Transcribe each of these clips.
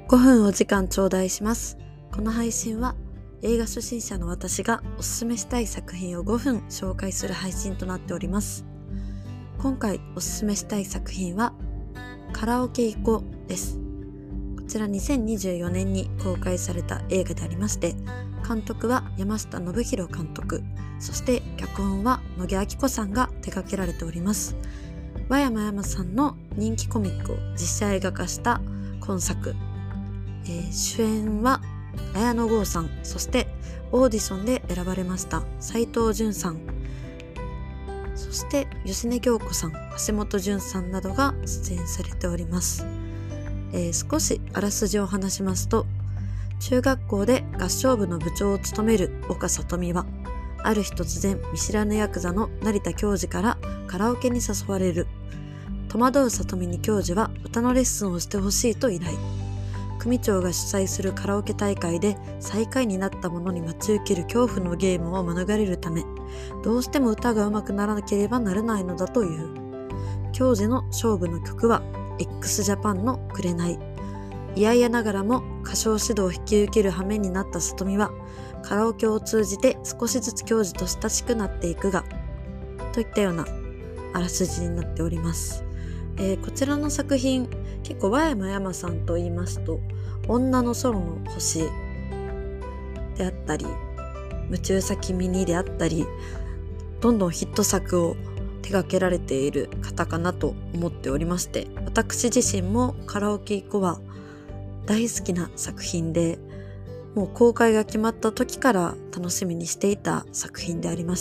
5分お時間頂戴します。この配信は映画初心者の私がおすすめしたい作品を5分紹介する配信となっております。今回おすすめしたい作品はカラオケ行こうです。こちら2024年に公開された映画でありまして、監督は山下信弘監督、そして脚本は野木亜紀子さんが手掛けられております。和山やまさんの人気コミックを実写映画化した今作、主演は綾野剛さん、そしてオーディションで選ばれました斉藤淳さん、そして芳根京子さん、橋本淳さんなどが出演されております。少しあらすじを話しますと、中学校で合唱部の部長を務める岡里美は、ある日突然見知らぬヤクザの成田教授からカラオケに誘われる。戸惑う里美に教授は歌のレッスンをしてほしいと依頼。組長が主催するカラオケ大会で最下位になった者に待ち受ける恐怖のゲームを免れるため、どうしても歌が上手くならなければならないのだという。教授の勝負の曲は x ジャパンの紅。いやいやながらも歌唱指導を引き受ける羽目になった里美は、カラオケを通じて少しずつ教授と親しくなっていくが、といったようなあらすじになっております。こちらの作品、結構和山やまさんと言いますと、女の空の星であったり、夢中さ君にであったり、どんどんヒット作を手掛けられている方かなと思っておりまして、私自身もカラオケ行こうは大好きな作品で、もう公開が決まった時から楽しみにしていた作品でありました。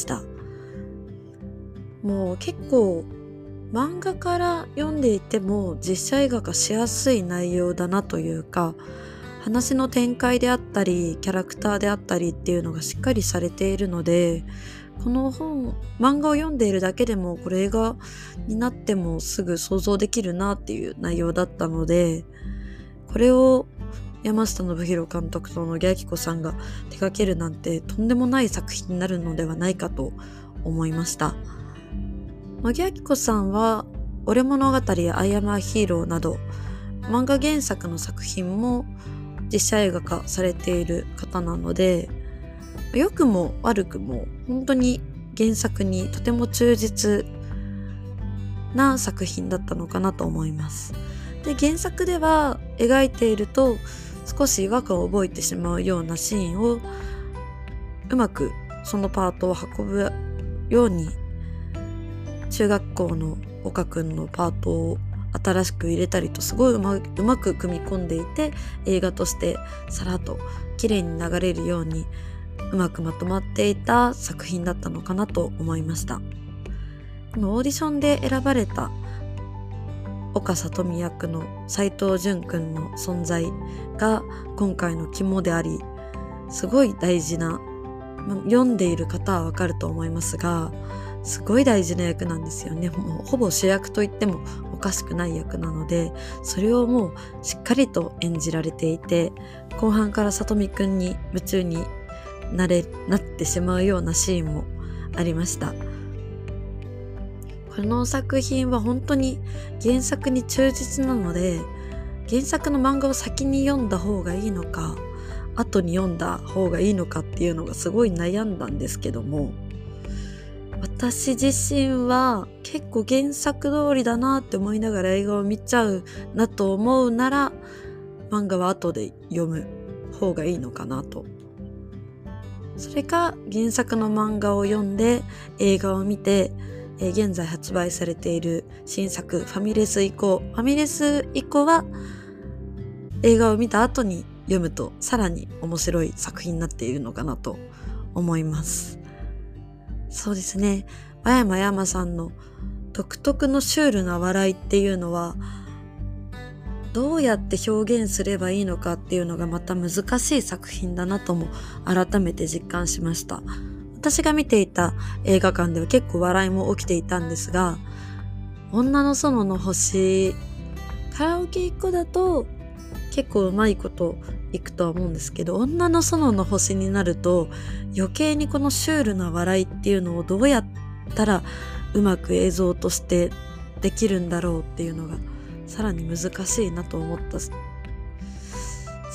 もう結構漫画から読んでいても実写映画化しやすい内容だなというか、話の展開であったりキャラクターであったりっていうのがしっかりされているので、この漫画を読んでいるだけでもこれ映画になってもすぐ想像できるなっていう内容だったので、これを山下信弘監督と野木亜紀子さんが手掛けるなんてとんでもない作品になるのではないかと思いました。野木亜紀子さんは俺物語やアイアムアヒーローなど漫画原作の作品も実写映画化されている方なので、良くも悪くも本当に原作にとても忠実な作品だったのかなと思います。で、原作では描いていると少し違和感を覚えてしまうようなシーンをうまくそのパートを運ぶように、中学校の岡くんのパートを新しく入れたりと、すごいうまく組み込んでいて、映画としてさらっと綺麗に流れるようにうまくまとまっていた作品だったのかなと思いました。このオーディションで選ばれた岡里美役の斉藤淳くんの存在が今回の肝であり、すごい大事な、読んでいる方はわかると思いますが、すごい大事な役なんですよね。もうほぼ主役と言ってもおかしくない役なので、それをもうしっかりと演じられていて、後半から里美くんに夢中になってしまうようなシーンもありました。この作品は本当に原作に忠実なので、原作の漫画を先に読んだ方がいいのか後に読んだ方がいいのかっていうのがすごい悩んだんですけども、私自身は結構原作通りだなって思いながら映画を見ちゃうなと思うなら、漫画は後で読む方がいいのかなと。それか原作の漫画を読んで映画を見て、現在発売されている新作ファミレス以降は映画を見た後に読むとさらに面白い作品になっているのかなと思います。そうですね。和山やまさんの独特のシュールな笑いっていうのはどうやって表現すればいいのかっていうのがまた難しい作品だなとも改めて実感しました。私が見ていた映画館では結構笑いも起きていたんですが、女の園の星、カラオケ1個だと結構うまいこといくとは思うんですけど、女の園の星になると余計にこのシュールな笑いっていうのをどうやったらうまく映像としてできるんだろうっていうのがさらに難しいなと思った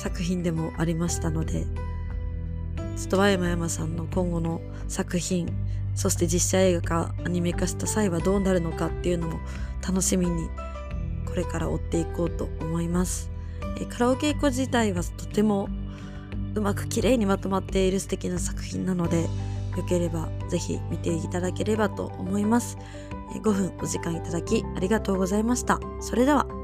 作品でもありましたので、ちょっと和山やまさんの今後の作品、そして実写映画化アニメ化した際はどうなるのかっていうのも楽しみにこれから追っていこうと思います。カラオケ行自体はとてもうまく綺麗にまとまっている素敵な作品なので、よければぜひ見ていただければと思います。5分お時間いただきありがとうございました。それでは。